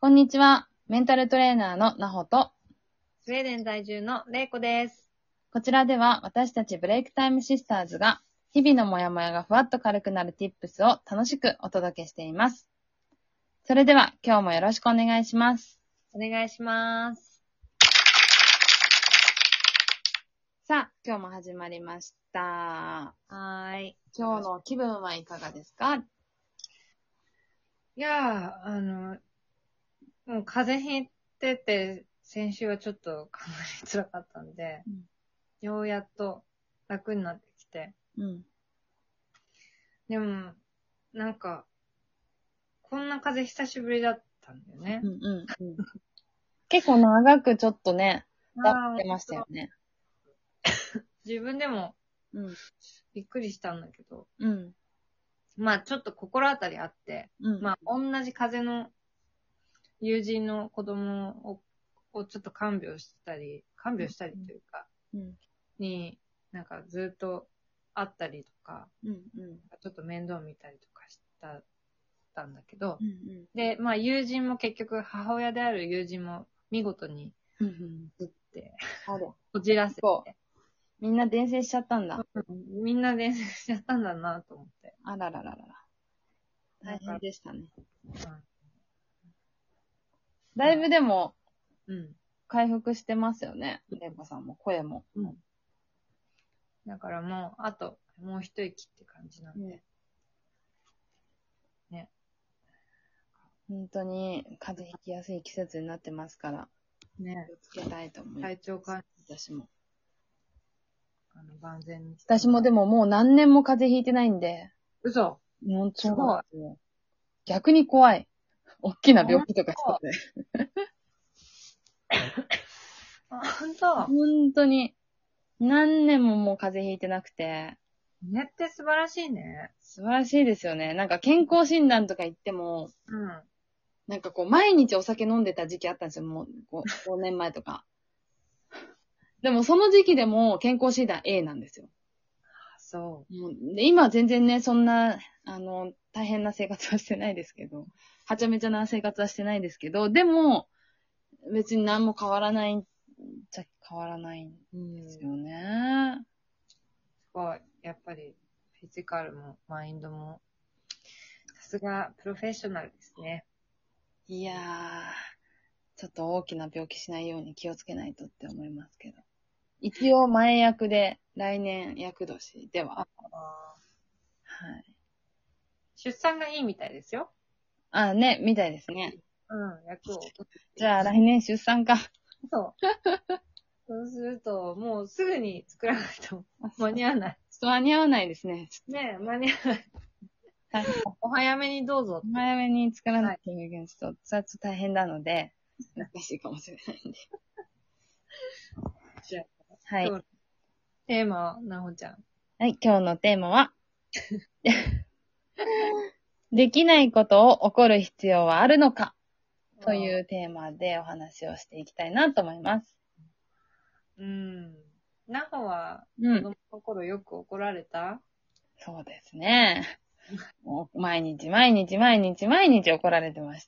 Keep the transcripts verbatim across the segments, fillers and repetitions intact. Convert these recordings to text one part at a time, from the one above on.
こんにちは。メンタルトレーナーのなほと、 スウェーデン在住のれいこです。 こちらでは私たちブレイクタイムシスターズが日々のモヤモヤがふわっと軽くなる Tips を楽しくお届けしています。それでは今日もよろしくお願いします。 お願いします。 さあ、今日も始まりました。 はーい。 今日の気分はいかがですか？ いやー、あの、もう風邪ひいてて、先週はちょっとかなり辛かったんで、 うん、 ようやっと楽になってきて。 うん。 でも、なんか、こんな風邪久しぶりだったんだよね。 うんうんうん、結構長くちょっとね、やっあてましたよね。 自分でもうん。 びっくりしたんだけど、 うん。 まあちょっと心当たりあって、 うん。 まあ同じ風邪の友人の子供を、をちょっと看病したり、看病したりというか、 うん。 に、なんかずっと会ったりとか、 うん。うん。 ちょっと面倒見たりとかしたたんだけど、 うん。 で、まあ友人も結局、母親である友人も見事にうん。 ずって、 あれ。 こじらせて、 みんな伝染しちゃったんだ。 みんな伝染しちゃったんだなと思って。 あららららら。大変でしたね。だいぶでも、 うん。 回復してますよね。れいこさんも、声も。 うん。だからもう、あと、もう一息って感じなんで。ね。 本当に、風邪ひきやすい季節になってますから、 ね。 気をつけたいと思います。 体調管理、私も。 あの、万全に。 私もでももう何年も風邪ひいてないんで。 嘘。 もうすごい。 逆に怖い。大きな病気とかしてて。 本当。 本当に、何年ももう風邪ひいてなくて。 ねって素晴らしいね。 素晴らしいですよね。なんか健康診断とか行っても、 うん。 なんかこう、毎日お酒飲んでた時期あったんですよ。もうごねんまえとか。でもその時期でも健康診断 A なんですよ。 そもうで今全然ね、そんな、あの、大変な生活はしてないですけど、はちゃめちゃな生活はしてないですけど、でも、別に何も変わらないんじゃ変わらないんですよね。 すごい。やっぱり、フィジカルもマインドも、さすがプロフェッショナルですね。 いやー、ちょっと大きな病気しないように気をつけないとって思いますけど。一応前役で、来年役年では。はい。 出産がいいみたいですよ。 あ、ね、みたいですね。 うん、役を。 じゃあ来年出産か。 そう。そうすると、もうすぐに作らないと間に合わない。 間に合わないですね。 ねえ、間に合わない。お早めにどうぞ。 早めに作らなきゃいけない。ちょっと、それはちょっと大変なので、難しいかもしれないんで。 じゃあ、 はい。 今日テーマは、なほちゃん。 はい、今日のテーマは、できないことを怒る必要はあるのかというテーマでお話をしていきたいなと思います。 うん。なほは、 うん。 子供の頃よく怒られた？ そうですね。もう毎日毎日毎日毎日怒られてました。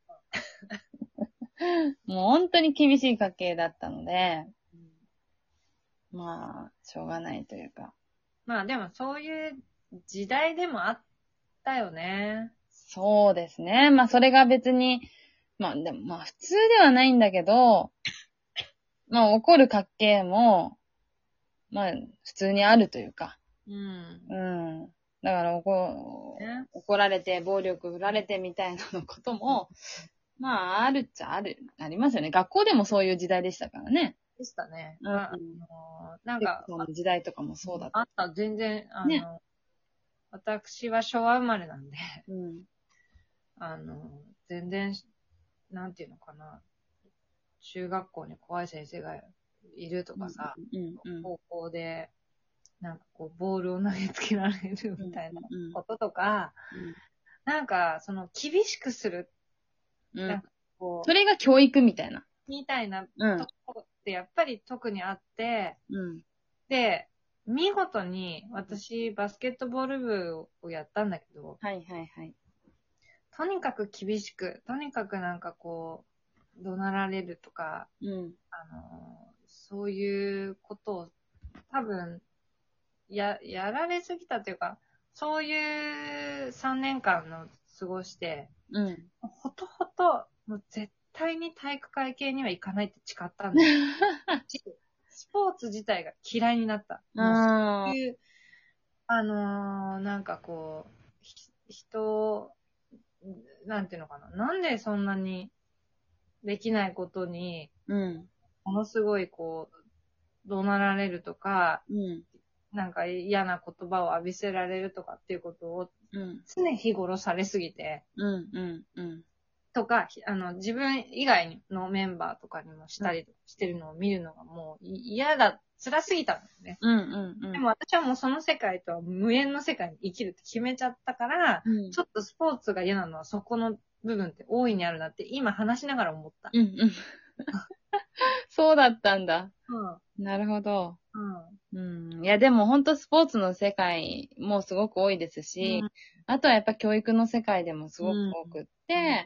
もう本当に厳しい家系だったので、うん、まあ、しょうがないというか。 まあでもそういう時代でもあったよね。 そうですね。まあそれが別に、まあでもまあ普通ではないんだけど、まあ怒る家系も、まあ普通にあるというか。 うん。 うん。だから怒、 ね、 怒られて、暴力振られてみたいなのことも、まああるっちゃある、ありますよね。学校でもそういう時代でしたからね。 でしたね。 うん。 あ、あのなんか、 その時代とかもそうだった。 あった、全然、あの、 ね。 私は昭和生まれなんで、 うん。 あの、全然、なんていうのかな、中学校に怖い先生がいるとかさ、 うんうん、 高校で、なんかこう、ボールを投げつけられるみたいなこととか、 うんうん、 なんか、その、厳しくする、 うん、 なんかこう、 それが教育みたいな。 みたいなうん。 ところってやっぱり特にあって、 うん。 で、見事に私バスケットボール部をやったんだけど、 はいはいはい。 とにかく厳しく、とにかくなんかこう、怒鳴られるとか、 うん。 あの、そういうことを多分、や、やられすぎたというか、そういうさんねんかんの過ごして、 うん。 ほとほと、もう絶対に体育会系には行かないって誓ったんだよ。スポーツ自体が嫌いになった。もうそうああ。 いう、あのーなんかこう、ひ人、なんていうのかな。なんでそんなにできないことに、 うん。 ものすごいこう、怒鳴られるとか、 うん。 なんか嫌な言葉を浴びせられるとかっていうことをうん。 常日頃されすぎて、 うん。うん。うん。 とか、ひあの、自分以外のメンバーとかにもしたりしてるのを見るのがもうい嫌だ、辛すぎたんだよね。 うん。うん。うん。 でも私はもうその世界とは無縁の世界に生きるって決めちゃったから、 うん。 ちょっとスポーツが嫌なのはそこの部分って大いにあるなって今話しながら思った。 うん。うん。そうだったんだ。 うん。 なるほど。 うん。 うん。いや、でも本当スポーツの世界もすごく多いですし、 うん。 あとはやっぱ教育の世界でもすごく多くって、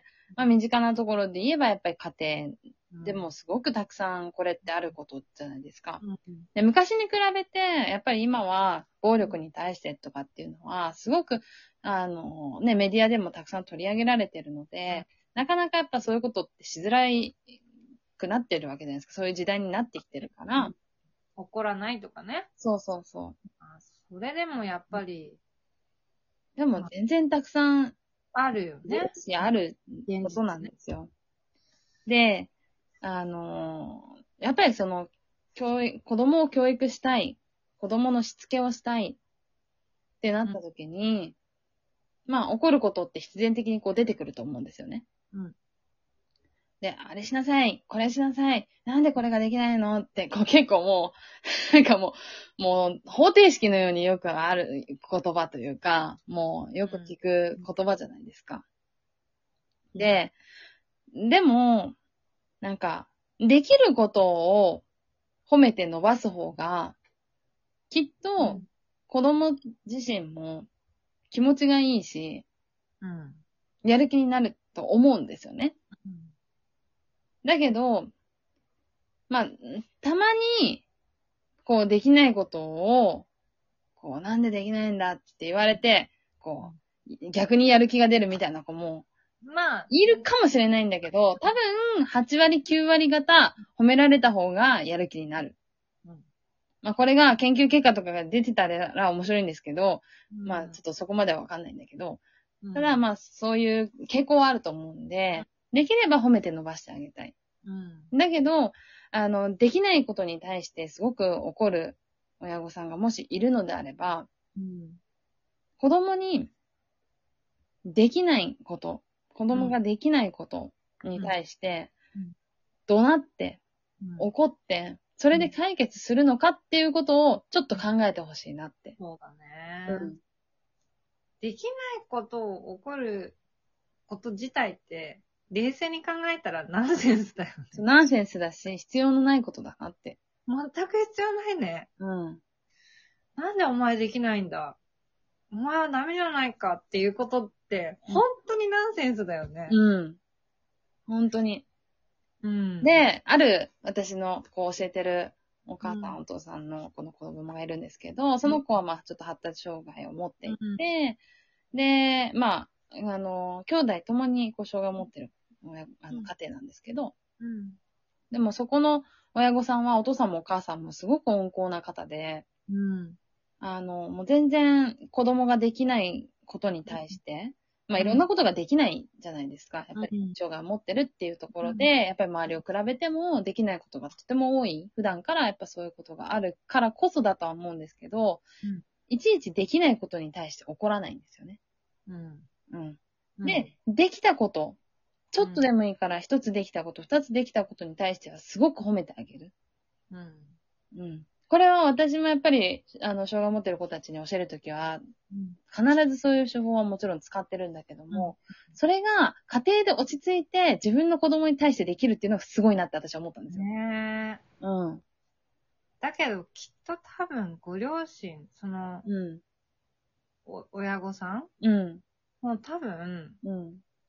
まあ身近なところで言えばやっぱり家庭でもすごくたくさんこれってあることじゃないですか。 うん。 で、昔に比べて、やっぱり今は暴力に対してとかっていうのは、すごく、あの、ね、メディアでもたくさん取り上げられてるので、なかなかやっぱそういうことってしづらいくなってるわけじゃないですか。そういう時代になってきてるから。 怒らないとかね。 そうそうそう。 あ、それでもやっぱり、 でも全然たくさんあるよね。 しある現ことなん実ね。 ですよ。で、あの、やっぱりその、教育、子供を教育したい、子供のしつけをしたいってなった時に、まあ起こることって必然的にこう出てくると思うんですよね。 うん。 で、あれしなさい、これしなさい、なんでこれができないのって、こう結構もう、なんかもう、もう方程式のようによくある言葉というか、もうよく聞く言葉じゃないですか。で、でも、なんか、できることを褒めて伸ばす方が、きっと子供自身も気持ちがいいし、 うん。 やる気になると思うんですよね。 うん。 だけど、まあ、たまに、こう、できないことを、こう、なんでできないんだって言われて、こう、逆にやる気が出るみたいな子も、 まあ、 いるかもしれないんだけど、多分、はち割、きゅう割方、褒められた方がやる気になる。 うん。 まあ、これが研究結果とかが出てたら面白いんですけど、まあ、 うん。 ちょっとそこまではわかんないんだけど、 うん。 ただ、まあ、そういう傾向はあると思うんで、できれば褒めて伸ばしてあげたい。 うん。 だけど、あの、できないことに対してすごく怒る親御さんがもしいるのであれば、 うん。 子供にできないこと、子供ができないことに対して、怒鳴って、怒って、それで解決するのかっていうことをちょっと考えてほしいなって。 そうだね。 うん。 できないことを起こること自体って、冷静に考えたらナンセンスだよね。 ナンセンスだし、必要のないことだなって。 全く必要ないね。 うん。 なんでお前できないんだ、お前はダメじゃないかっていうことって、本当にナンセンスだよね。 うん。本当に。 うん。 で、ある私のこう教えてるお母さん、 うんお父さんのこの子供がいるんですけど、その子はまあちょっと発達障害を持っていて、で、まあ、あの、兄弟ともにこう障害を持ってる親あの家庭なんですけど、 うん。 でもそこの親御さんはお父さんもお母さんもすごく温厚な方で、 うん。 あの、もう全然子供ができないことに対して、まあいろんなことができないじゃないですか。やっぱり障害を持ってるっていうところで、やっぱり周りを比べてもできないことがとても多い。普段からやっぱそういうことがあるからこそだとは思うんですけど、 うん。 いちいちできないことに対して怒らないんですよね。 うん。 うん。 うん。 で、できたこと、ちょっとでもいいから一つできたこと、二つできたことに対してはすごく褒めてあげる。 うん。 うん。これは私もやっぱり、あの、障害を持ってる子たちに教えるときは、 うん必ずそういう手法はもちろん使ってるんだけども、それが家庭で落ち着いて自分の子供に対してできるっていうのがすごいなって私は思ったんですよ。 ねえ。 うん。 だけど、きっと多分、ご両親、その、 うん。 お親御さんうん。 もう多分、 うん。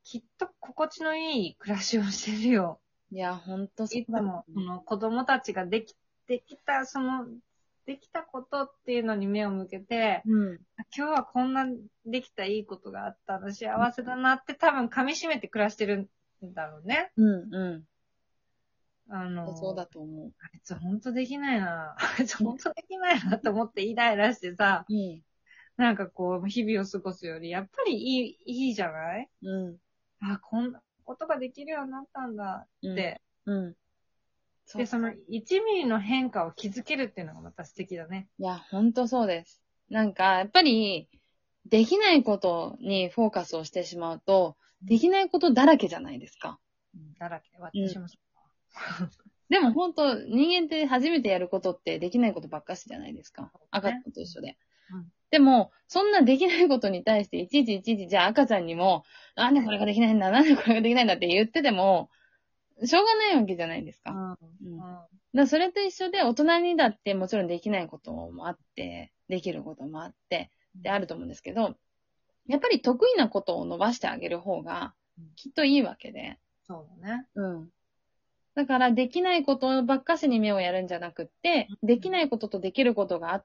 きっと心地のいい暮らしをしてるよ。 いや、ほんとそうだ。 いつも、その子供たちができ、できた、その、できたことっていうのに目を向けて、 うん。 今日はこんなできたいいことがあったら幸せだなって多分噛み締めて暮らしてるんだろうね。 うん、うあの、 ん。そうだと思う。 あいつほんとできないな。あいつほんとできないなと思ってイライラしてさ、 うん。 なんかこう、日々を過ごすより、やっぱりいい、いいじゃない？ うん。 あ、こんなことができるようになったんだって。 うん。そうで、そのいちミリの変化を気づけるっていうのがまた素敵だね。 いや、ほんとそうです。なんか、やっぱり、できないことにフォーカスをしてしまうと、できないことだらけじゃないですか。 うんだらけ。私もそう。 でも本当、人間って初めてやることってできないことばっかしじゃないですか。赤ちゃんと一緒で。 うんでも、そんなできないことに対して、いちいちいちいち、じゃあ赤ちゃんにも、なんでこれができないんだ、なんでこれができないんだって言ってても、しょうがないわけじゃないですか。 うん。 うんうん。 だからそれと一緒で、大人にだってもちろんできないこともあって、できることもあって、であると思うんですけど、やっぱり得意なことを伸ばしてあげる方が、きっといいわけで。 そうだね。 うん。だから、できないことばっかしに目をやるんじゃなくって、できないこととできることがあって、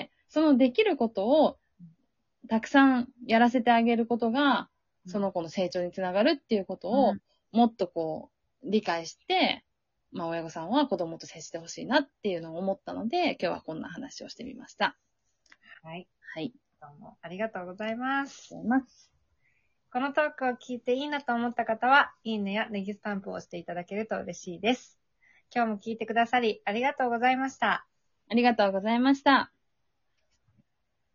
そのできることをたくさんやらせてあげることが、その子の成長につながるっていうことを、もっとこう、理解して、まあ、親御さんは子供と接してほしいなっていうのを思ったので、今日はこんな話をしてみました。 はい。 はい。 どうもありがとうございます。 ありがとうございます。 このトークを聞いていいなと思った方は、いいねやネギスタンプを押していただけると嬉しいです。今日も聞いてくださりありがとうございました。 ありがとうございました。